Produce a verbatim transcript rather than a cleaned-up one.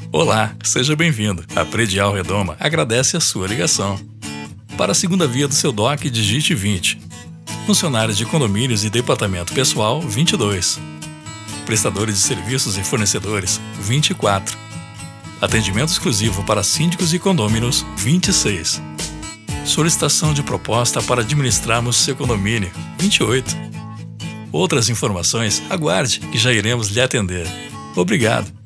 Olá, seja bem-vindo. A Predial Redoma agradece a sua ligação. Para a segunda via do seu D O C, digite vinte. Funcionários de condomínios e departamento pessoal, vinte e dois. Prestadores de serviços e fornecedores, vinte e quatro. Atendimento exclusivo para síndicos e condôminos, vinte e seis. Solicitação de proposta para administrarmos seu condomínio, vinte e oito. Outras informações, aguarde que já iremos lhe atender. Obrigado.